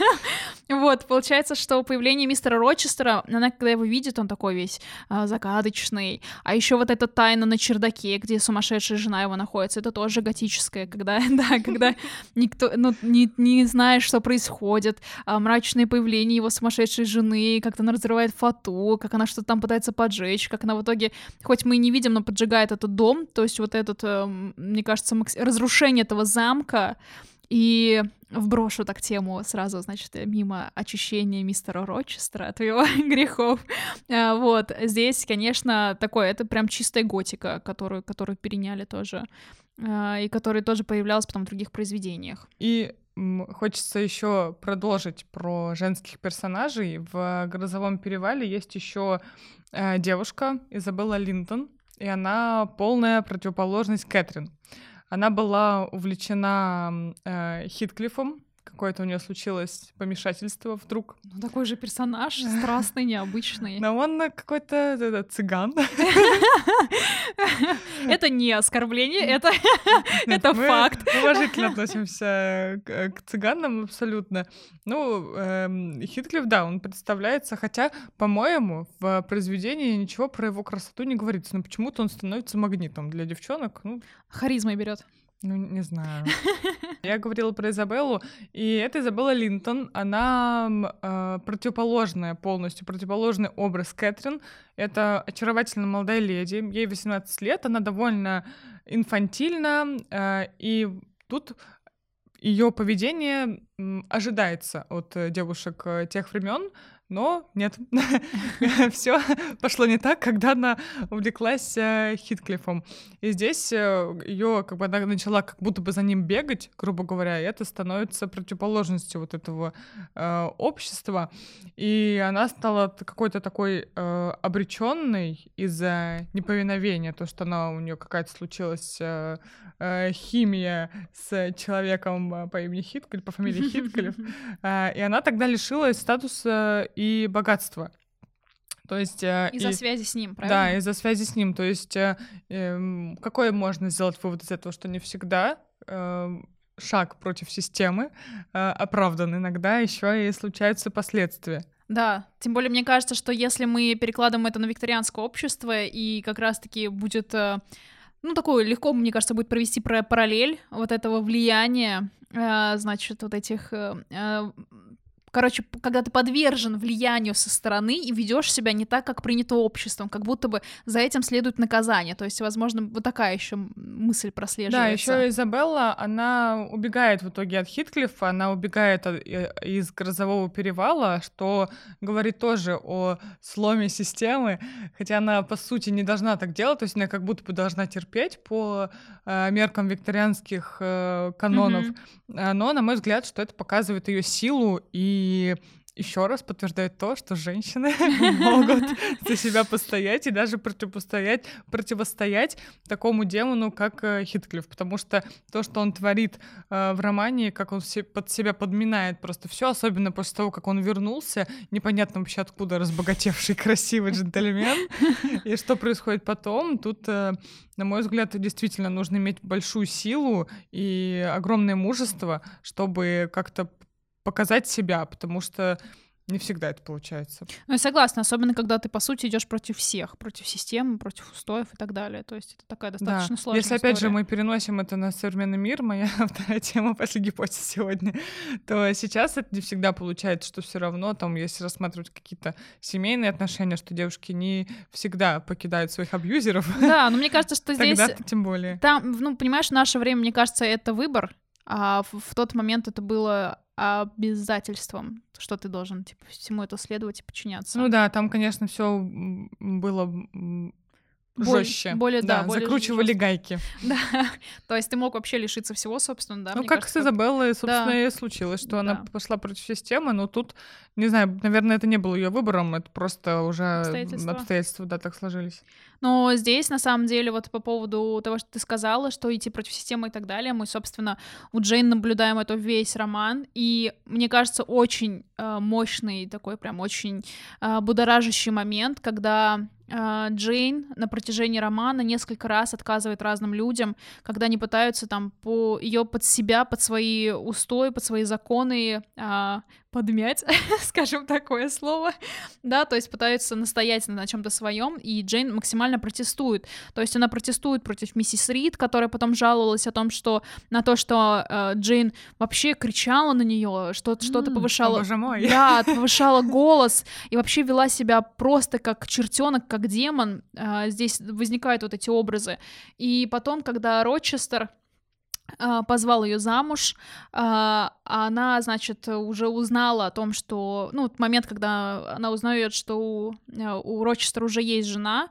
Вот, получается, что появление мистера Рочестера, она, когда его видит, он такой весь а, загадочный. А еще вот эта тайна на чердаке, где сумасшедшая жена его находится, это тоже готическое, когда, да, когда никто, ну, не, не знаешь, что происходит, а, мрачное появление его сумасшедшей жены, как она разрывает фату, как она что-то там пытается поджечь, как она в итоге, хоть мы и не видим, но поджигает этот дом, то есть вот этот, э, мне кажется, макс... разрушение этого замка. И вброшу так тему сразу, значит, мимо очищения мистера Рочестера от его грехов. А, вот, здесь, конечно, такое, это прям чистая готика, которую, которую переняли тоже, а, и которая тоже появлялась потом в других произведениях. И м, хочется еще продолжить про женских персонажей. В «Грозовом перевале» есть еще э, девушка Изабелла Линтон, и она полная противоположность Кэтрин. Она была увлечена э, Хитклиффом. Какое-то у нее случилось помешательство вдруг. Ну, такой же персонаж, страстный, необычный. Но он какой-то это, цыган. Это не оскорбление, это, Нет, это мы факт. уважительно относимся к, к цыганам абсолютно. Ну, эм, Хитклифф, да, он представляется, хотя, по-моему, в произведении ничего про его красоту не говорится, но почему-то он становится магнитом для девчонок. Ну, Харизмой берет. ну, не знаю. Я говорила про Изабеллу, и это Изабелла Линтон. Она э, противоположная полностью, противоположный образ Кэтрин. Это очаровательная молодая леди. Ей восемнадцать лет, она довольно инфантильна, э, и тут ее поведение м, ожидается от э, девушек э, тех времен. Но нет, все пошло не так, когда она увлеклась э, Хитклиффом. И здесь э, ее, как бы она начала как будто бы за ним бегать, грубо говоря, и это становится противоположностью вот этого э, общества. И она стала т- какой-то такой э, обреченной из-за неповиновения, то, что она у нее какая-то случилась э, э, химия с человеком э, по имени Хитклифф, по фамилии Хитклифф, э, и она тогда лишилась статуса и богатства. То есть... э, Из-за и- связи с ним, Да, правильно? из-за связи с ним. То есть э, эм, какой можно сделать вывод из этого, что не всегда эм, шаг против системы э, оправдан, иногда еще и случаются последствия. Да, тем более мне кажется, что если мы перекладываем это на викторианское общество, и как раз-таки будет, э, ну, такое легко, мне кажется, будет провести про- параллель вот этого влияния, э, значит, вот этих... э, э, Короче, п- когда ты подвержен влиянию со стороны и ведешь себя не так, как принято обществом, как будто бы за этим следует наказание. То есть, возможно, вот такая еще мысль Да, прослеживается. еще Изабелла, она убегает в итоге от Хитклиффа, она убегает от- э, из Грозового перевала, что говорит тоже о сломе системы, хотя она, по сути, не должна так делать, то есть она как будто бы должна терпеть по э, меркам викторианских э, канонов, Мгм. А, но, на мой взгляд, что это показывает ее силу и еще раз подтверждает то, что женщины могут за себя постоять и даже противостоять, противостоять такому демону, как Хитклифф, потому что то, что он творит э, в романе, как он се- под себя подминает просто все, особенно после того, как он вернулся, непонятно вообще откуда разбогатевший красивый джентльмен, и что происходит потом, тут, э, на мой взгляд, действительно нужно иметь большую силу и огромное мужество, чтобы как-то показать себя, потому что не всегда это получается. Ну, я согласна, особенно когда ты, по сути, идешь против всех, против системы, против устоев и так далее. То есть это такая достаточно Да. сложная Если, опять история. же, мы переносим это на современный мир, моя вторая тема после гипотезы сегодня, то сейчас это не всегда получается, что все равно, там, если рассматривать какие-то семейные отношения, что девушки не всегда покидают своих абьюзеров. Да, но мне кажется, что здесь... Тогда-то тем более. Там, ну, понимаешь, в наше время, мне кажется, это выбор, а в, в тот момент это было обязательством, что ты должен, типа, всему это следовать и подчиняться. Ну да, там, конечно, все было жестче. Более, да, да более закручивали жестко. гайки. Да, то есть ты мог вообще лишиться всего, собственно, да. Ну, мне как кажется, с Изабеллой, собственно, да. и случилось, что она Да. пошла против системы, но тут, не знаю, наверное, это не было ее выбором, это просто уже Обстоятельства. обстоятельства, да, так сложились. Но здесь, на самом деле, вот по поводу того, что ты сказала, что идти против системы и так далее, мы, собственно, у Джейн наблюдаем это весь роман, и, мне кажется, очень э, мощный такой прям очень э, будоражащий момент, когда э, Джейн на протяжении романа несколько раз отказывает разным людям, когда они пытаются там по ее под себя, под свои устои, под свои законы э, подмять, скажем такое слово, да, то есть пытаются настоять на чем-то своем, и Джейн максимально протестует, то есть она протестует против миссис Рид, которая потом жаловалась о том, что на то, что э, Джейн вообще кричала на нее, что что-то повышала, О, боже мой. да, повышала голос и вообще вела себя просто как чертенок, как демон. Э, здесь возникают вот эти образы, и потом, когда Рочестер позвал ее замуж, она, значит, уже узнала о том, что, ну, момент, когда она узнает, что у, у Рочестера уже есть жена,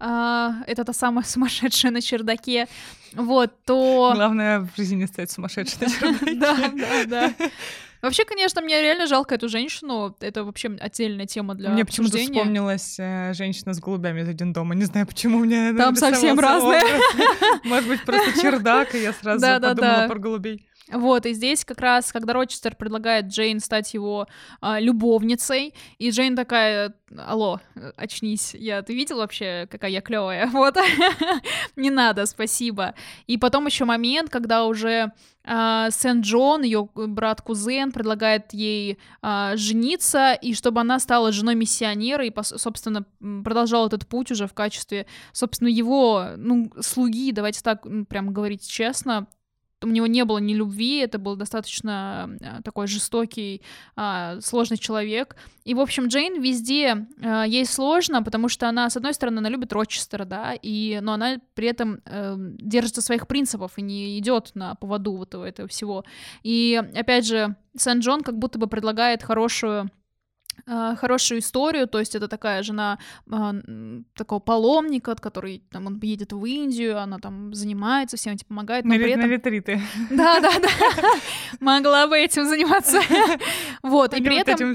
это та самая сумасшедшая на чердаке, вот, то... Главное в жизни не стать сумасшедшей на чердаке. Да, да, да. Вообще, конечно, мне реально жалко эту женщину. Это вообще отдельная тема для Мне обсуждения. почему-то вспомнилась э, женщина с голубями из «Один дома». Не знаю, почему у меня... Там совсем разные. Может быть, просто чердак, и я сразу Да, да, подумала да. про голубей. Вот, и здесь как раз, когда Рочестер предлагает Джейн стать его а, любовницей, и Джейн такая: алло, очнись, я, ты видел вообще, какая я клевая? Вот, не надо, спасибо. И потом еще момент, когда уже а, Сент-Джон, ее брат-кузен, предлагает ей а, жениться, и чтобы она стала женой миссионера, и, собственно, продолжала этот путь уже в качестве, собственно, его, ну, слуги, давайте так прям говорить честно. У него не было ни любви, это был достаточно э, такой жестокий, э, сложный человек. И, в общем, Джейн везде э, ей сложно, потому что она, с одной стороны, она любит Рочестера, да, и, но она при этом э, держится своих принципов и не идет на поводу вот этого всего. И, опять же, Сент-Джон как будто бы предлагает хорошую... хорошую историю, то есть это такая жена э, такого паломника, который там он едет в Индию, она там занимается всем этим, помогает, но на, при этом... на ретриты. Да, да, да. Могла бы этим заниматься. Вот, и при этом...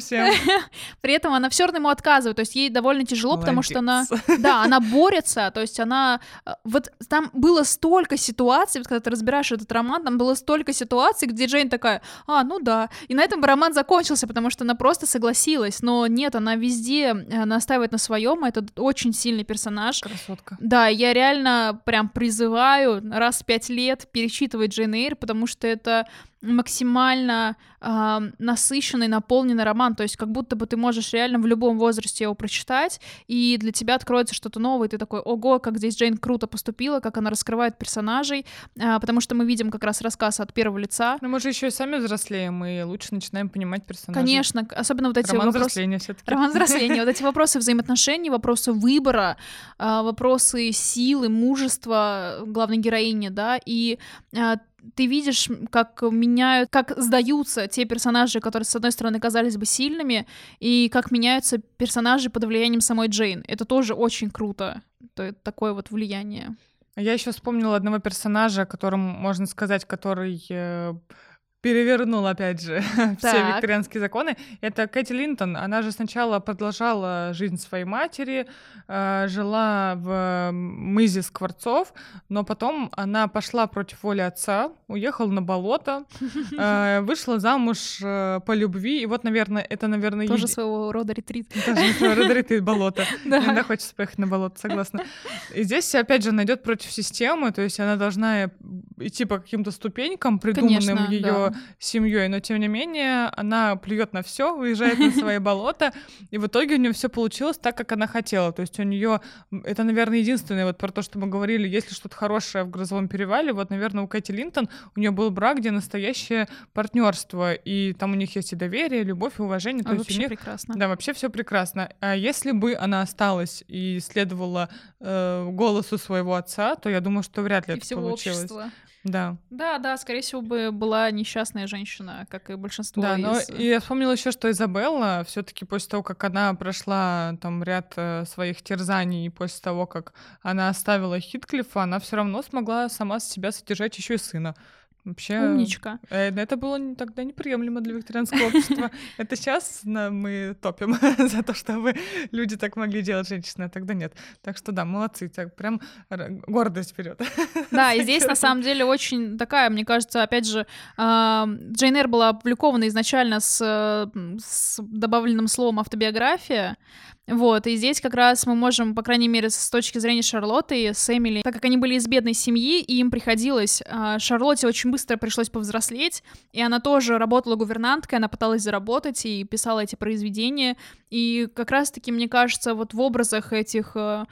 При этом она все равно ему отказывает, то есть ей довольно тяжело, потому что она... Да, она борется, то есть она... Вот там было столько ситуаций, вот когда ты разбираешь этот роман, там было столько ситуаций, где Джейн такая: а, ну да. И на этом роман закончился, потому что она просто согласилась. Но нет, она везде настаивает на своем, это очень сильный персонаж. Красотка. Да, я реально прям призываю раз в пять лет перечитывать Джейн Эйр, потому что это максимально э, насыщенный, наполненный роман, то есть как будто бы ты можешь реально в любом возрасте его прочитать, и для тебя откроется что-то новое, и ты такой: ого, как здесь Джейн круто поступила, как она раскрывает персонажей, э, потому что мы видим как раз рассказ от первого лица. Но мы же еще и сами взрослеем, и лучше начинаем понимать персонажей. Конечно, особенно вот эти Роман вопросы... взросления всё-таки. Роман взросления, вот эти вопросы взаимоотношений, вопросы выбора, э, вопросы силы, мужества главной героини, да, и э, ты видишь, как меняют, как сдаются те персонажи, которые, с одной стороны, казались бы сильными, и как меняются персонажи под влиянием самой Джейн. Это тоже очень круто, это такое вот влияние. Я еще вспомнила одного персонажа, которым, можно сказать, который э, перевернул, опять же, все Так. викторианские законы. Это Кэти Линтон. Она же сначала продолжала жизнь своей матери, э, жила в мызе Скворцов, но потом она пошла против воли отца, уехала на болото, э, вышла замуж э, по любви. И вот, наверное, это, наверное... Тоже еди- своего рода ретрит. Даже своего рода ретрит, болото. Да. Иногда хочется поехать на болото, согласна. И здесь, опять же, она идет против системы, то есть она должна идти по каким-то ступенькам, придуманным Конечно, ее да. семьей, но тем не менее она плюет на все, уезжает на свои болота, и в итоге у нее все получилось так, как она хотела. То есть у нее это, наверное, единственное, вот про то, что мы говорили, если что-то хорошее в «Грозовом перевале», вот, наверное, у Кэти Линтон у нее был брак, где настоящее партнерство, и там у них есть и доверие, и любовь, и уважение. А, То есть у вообще них прекрасно. да, вообще все прекрасно. А если бы она осталась и следовала э, голосу своего отца, то я думаю, что вряд ли И это всего получилось. общества. Да. Да, да, скорее всего бы была несчастная женщина, как и большинство Да, но из... и я вспомнила еще, что Изабелла все-таки после того, как она прошла там ряд э, своих терзаний, после того, как она оставила Хитклифа, она все равно смогла сама себя содержать еще и сына. Вообще, Умничка. э, это было не- тогда неприемлемо для викторианского общества. Это сейчас мы топим за то, чтобы люди так могли делать, женщины, а тогда нет. Так что да, молодцы, так прям р- гордость вперед. Да, и здесь на самом деле очень такая, мне кажется, опять же, а, Джейн Эйр была опубликована изначально с, э, с добавленным словом автобиография. Вот, и здесь как раз мы можем, по крайней мере, с точки зрения Шарлотты и с Эмили, так как они были из бедной семьи, и им приходилось... а, Шарлотте очень быстро пришлось повзрослеть, и она тоже работала гувернанткой, она пыталась заработать и писала эти произведения, и как раз-таки, мне кажется, вот в образах этих... э,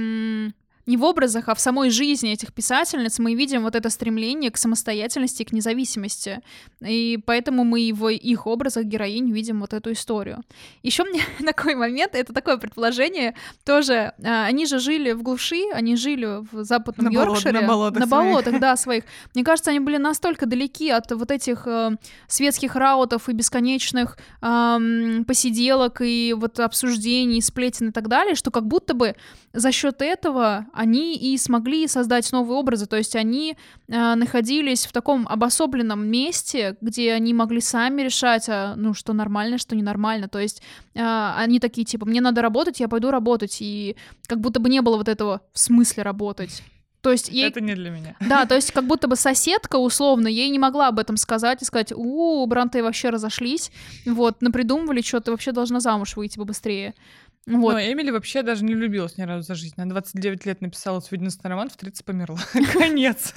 м, не в образах, а в самой жизни этих писательниц мы видим вот это стремление к самостоятельности, к независимости. И поэтому мы и в их образах героинь видим вот эту историю. Еще мне такой момент, это такое предположение, тоже, а, они же жили в глуши, они жили в западном На болот- Йоркшире. на болотах на своих. болотах, да, своих. Мне кажется, они были настолько далеки от вот этих э, светских раутов и бесконечных ам, посиделок и вот обсуждений, сплетен и так далее, что как будто бы за счет этого они и смогли создать новые образы, то есть они э, находились в таком обособленном месте, где они могли сами решать, а, ну, что нормально, что ненормально, то есть э, они такие, типа, мне надо работать, я пойду работать, и как будто бы не было вот этого «в смысле работать». То есть ей... Это не для меня. Да, то есть как будто бы соседка, условно, ей не могла об этом сказать и сказать, у, Бронте вообще разошлись, вот, напридумывали, что ты вообще должна замуж выйти побыстрее. Вот. Но Эмили вообще даже не влюбилась ни разу за жизнь. Она двадцать девять лет написала свой единственный роман, в тридцать померла. Конец.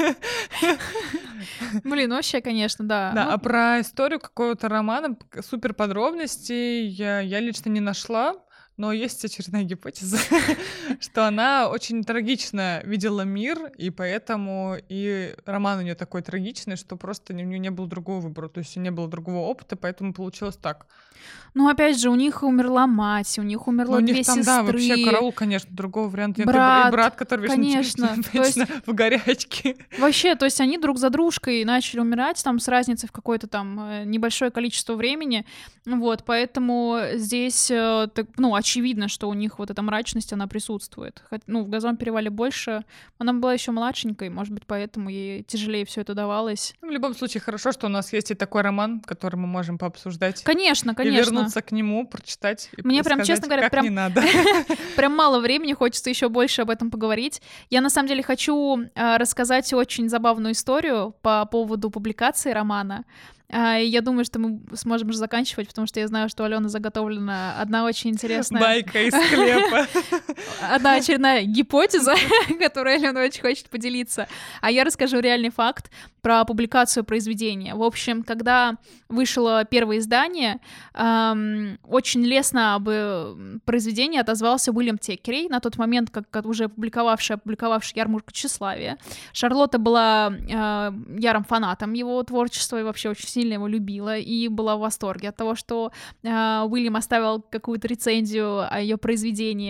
Блин, вообще, конечно, да. Да, Ну, а про историю какого-то романа супер подробностей я, я лично не нашла, но есть очередная гипотеза, что она очень трагично видела мир, и поэтому и роман у нее такой трагичный, что просто у нее не было другого выбора, то есть у нее не было другого опыта, поэтому получилось так. Ну, опять же, у них умерла мать, у них умерло Ну, у две них там, сестры. да, вообще караул, конечно, другого варианта нет. И брат, бра- и брат, который вечно, конечно, вечно то есть- в горячке. Вообще, то есть они друг за дружкой начали умирать там с разницей в какое-то там э, небольшое количество времени, вот, поэтому здесь, э, так, ну, очевидно, что у них вот эта мрачность, она присутствует. Хоть, ну, в «Грозовом перевале» больше, она была еще младшенькой, может быть, поэтому ей тяжелее все это давалось. Ну, в любом случае, хорошо, что у нас есть и такой роман, который мы можем пообсуждать. Конечно, И конечно. вернуться к нему, прочитать и Мне прям, сказать, честно говоря, как прям- не надо. Прям мало времени, хочется еще больше об этом поговорить. Я на самом деле хочу э, рассказать очень забавную историю по поводу публикации романа. А, и я думаю, что мы сможем уже заканчивать, потому что я знаю, что у Алены заготовлена одна очень интересная... Байка из склепа. Одна очередная гипотеза, которой Алена очень хочет поделиться. А я расскажу реальный факт про публикацию произведения. В общем, когда вышло первое издание, эм, очень лестно об э, произведении отозвался Уильям Теккерей, на тот момент, как, как уже опубликовавший, опубликовавший «Ярмарку тщеславия». Шарлотта была э, ярым фанатом его творчества и вообще очень сильно его любила, и была в восторге от того, что э, Уильям оставил какую-то рецензию о ее произведении.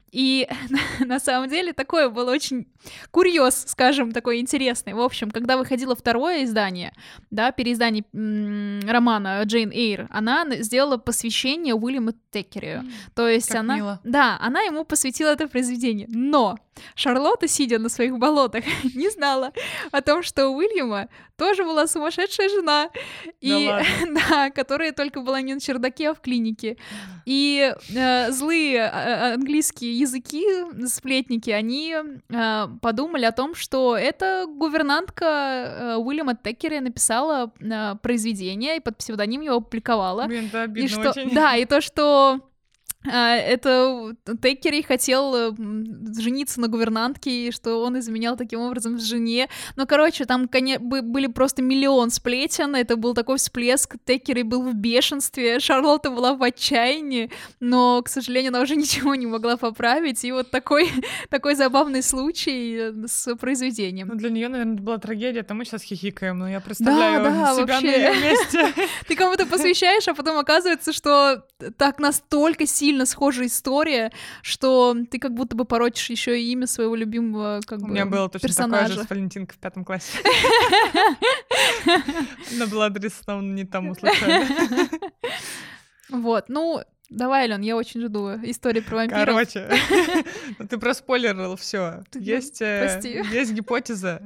И на самом деле такое было очень курьез, скажем, такой интересный. В общем, когда выходило второе издание, да, переиздание м- романа Джейн Эйр, она сделала посвящение Уильяму Теккерию. Mm, То есть как она... мило. Да, она ему посвятила это произведение. Но Шарлотта, сидя на своих болотах, не знала о том, что у Уильяма тоже была сумасшедшая жена, и, да, да, которая только была не на чердаке, а в клинике. И э, злые э, английские языки, сплетники, они э, подумали о том, что эта гувернантка э, Уильяма Теккери написала э, произведение и под псевдоним его опубликовала. Блин, да, обидно и что, очень. Да, и то, что это Теккери хотел жениться на гувернантке, и что он изменял таким образом жене. Но, короче, там коне... были просто миллион сплетен, это был такой всплеск, Теккери был в бешенстве, Шарлотта была в отчаянии, но, к сожалению, она уже ничего не могла поправить, и вот такой, такой забавный случай с произведением. Ну, для нее, наверное, это была трагедия, там мы сейчас хихикаем, но я представляю да, да, себя вообще. на ее месте. Ты кому-то посвящаешь, а потом оказывается, что так настолько сильно схожая история, что ты как будто бы порочишь еще и имя своего любимого как бы, У меня было точно персонажа. такое же с Валентинкой в пятом классе. Она была адресована не тому случайно. Вот, ну, давай, Алён, я очень жду истории про вампиров. Короче, ты проспойлерил все. Есть, есть гипотеза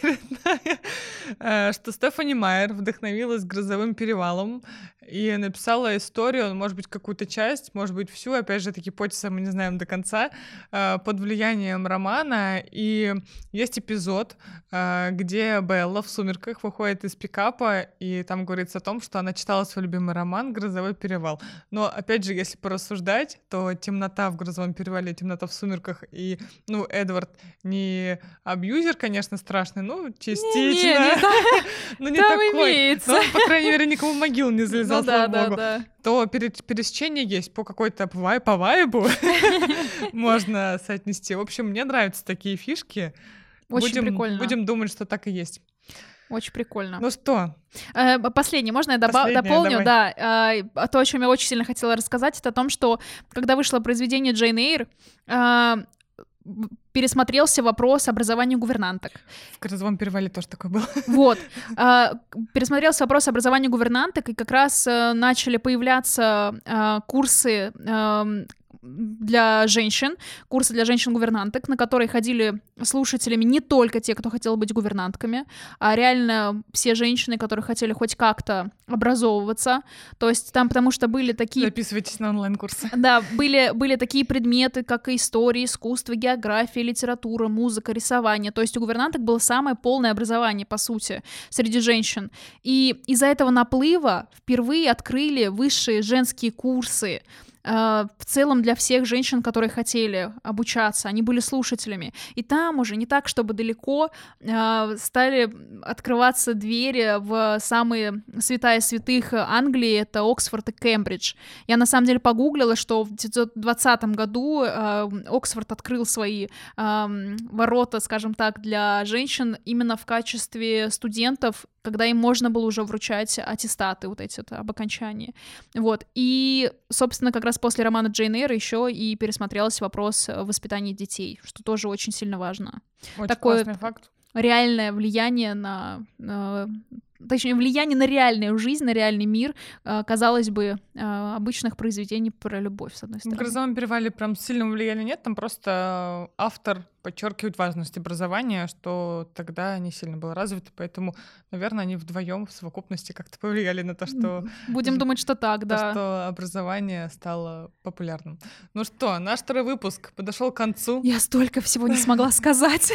очередная, что Стефани Майер вдохновилась «Грозовым перевалом» и написала историю, может быть, какую-то часть, может быть, всю, опять же, это гипотеза, мы не знаем до конца, под влиянием романа. И есть эпизод, где Белла в «Сумерках» выходит из пикапа, и там говорится о том, что она читала свой любимый роман «Грозовой перевал». Но, опять же, если порассуждать, то темнота в «Грозовом перевале», темнота в «Сумерках», и, ну, Эдвард не абьюзер, конечно, страшный, ну, частично. Ну, не такой. Но он, по крайней мере, никому в могилу не залезал, слава богу. То пересечение есть по какой-то по вайбу можно соотнести. В общем, мне нравятся такие фишки. Очень прикольно. Будем думать, что так и есть. Очень прикольно. Ну что? Э, последнее, можно я добав- дополню? Да, э, то, о чем я очень сильно хотела рассказать, это о том, что когда вышло произведение Джейн Эйр, э, пересмотрелся вопрос образования гувернанток. В «Грозовом перевале» тоже такое было. Вот. Э, пересмотрелся вопрос образования гувернанток, и как раз э, начали появляться э, курсы э, для женщин, курсы для женщин-гувернанток, на которые ходили слушателями не только те, кто хотел быть гувернантками, а реально все женщины, которые хотели хоть как-то образовываться. То есть там, потому что были такие... Записывайтесь на онлайн-курсы. Да, были, были такие предметы, как и история, искусство, география, литература, музыка, рисование. То есть у гувернанток было самое полное образование, по сути, среди женщин. И из-за этого наплыва впервые открыли высшие женские курсы, в целом для всех женщин, которые хотели обучаться, они были слушателями. И там уже не так, чтобы далеко стали открываться двери в самые святая святых Англии, это Оксфорд и Кембридж. Я на самом деле погуглила, что в девятьсот двадцатом году Оксфорд открыл свои ворота, скажем так, для женщин именно в качестве студентов, когда им можно было уже вручать аттестаты вот эти вот об окончании. Вот. И, собственно, как раз после романа Джейн Эйр еще и пересмотрелся вопрос воспитания детей, что тоже очень сильно важно. Очень Такое классный факт. Реальное влияние на... на точнее, влияние на реальную жизнь, на реальный мир, казалось бы, обычных произведений про любовь, с одной стороны. В «Грозовом перевале» прям сильного влияния нет, там просто автор подчеркивает важность образования, что тогда не сильно было развито, поэтому, наверное, они вдвоем в совокупности как-то повлияли на то, что... Будем думать, что так, да. То, что образование стало популярным. Ну что, наш второй выпуск подошел к концу. Я столько всего не смогла сказать.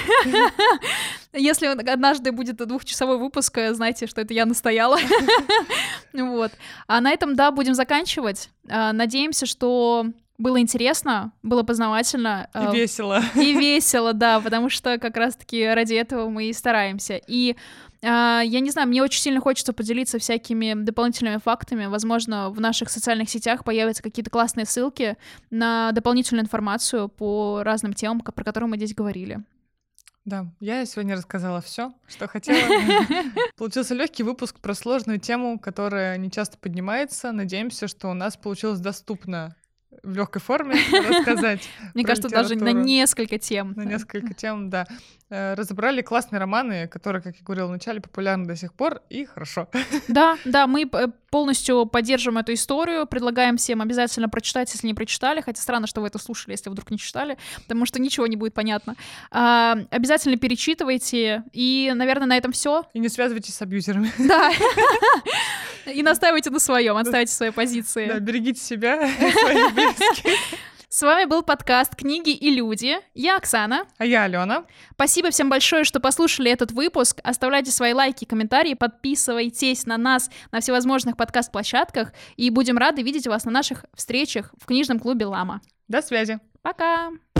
Если однажды будет двухчасовой выпуск, знайте, что это я настояла. Вот. А на этом, да, будем заканчивать. Надеемся, что было интересно, было познавательно. И весело. И весело, да, потому что как раз-таки ради этого мы и стараемся. И я не знаю, мне очень сильно хочется поделиться всякими дополнительными фактами. Возможно, в наших социальных сетях появятся какие-то классные ссылки на дополнительную информацию по разным темам, про которые мы здесь говорили. Да, я сегодня рассказала все, что хотела. Получился легкий выпуск про сложную тему, которая не часто поднимается. Надеемся, что у нас получилось доступно в легкой форме рассказать. Мне кажется, даже на несколько тем. На несколько тем, да. Разобрали классные романы, которые, как я говорила в начале, популярны до сих пор, и хорошо. Да, да, мы полностью поддерживаем эту историю, предлагаем всем обязательно прочитать, если не прочитали, хотя странно, что вы это слушали, если вдруг не читали, потому что ничего не будет понятно. А, обязательно перечитывайте, и, наверное, на этом все. И не связывайтесь с абьюзерами. Да. И настаивайте на своем, отставайте свои позиции. Да, берегите себя и своих близких. С вами был подкаст «Книги и люди». Я Оксана. А я Алена. Спасибо всем большое, что послушали этот выпуск. Оставляйте свои лайки, комментарии, подписывайтесь на нас на всевозможных подкаст-площадках, и будем рады видеть вас на наших встречах в книжном клубе «Лама». До связи. Пока!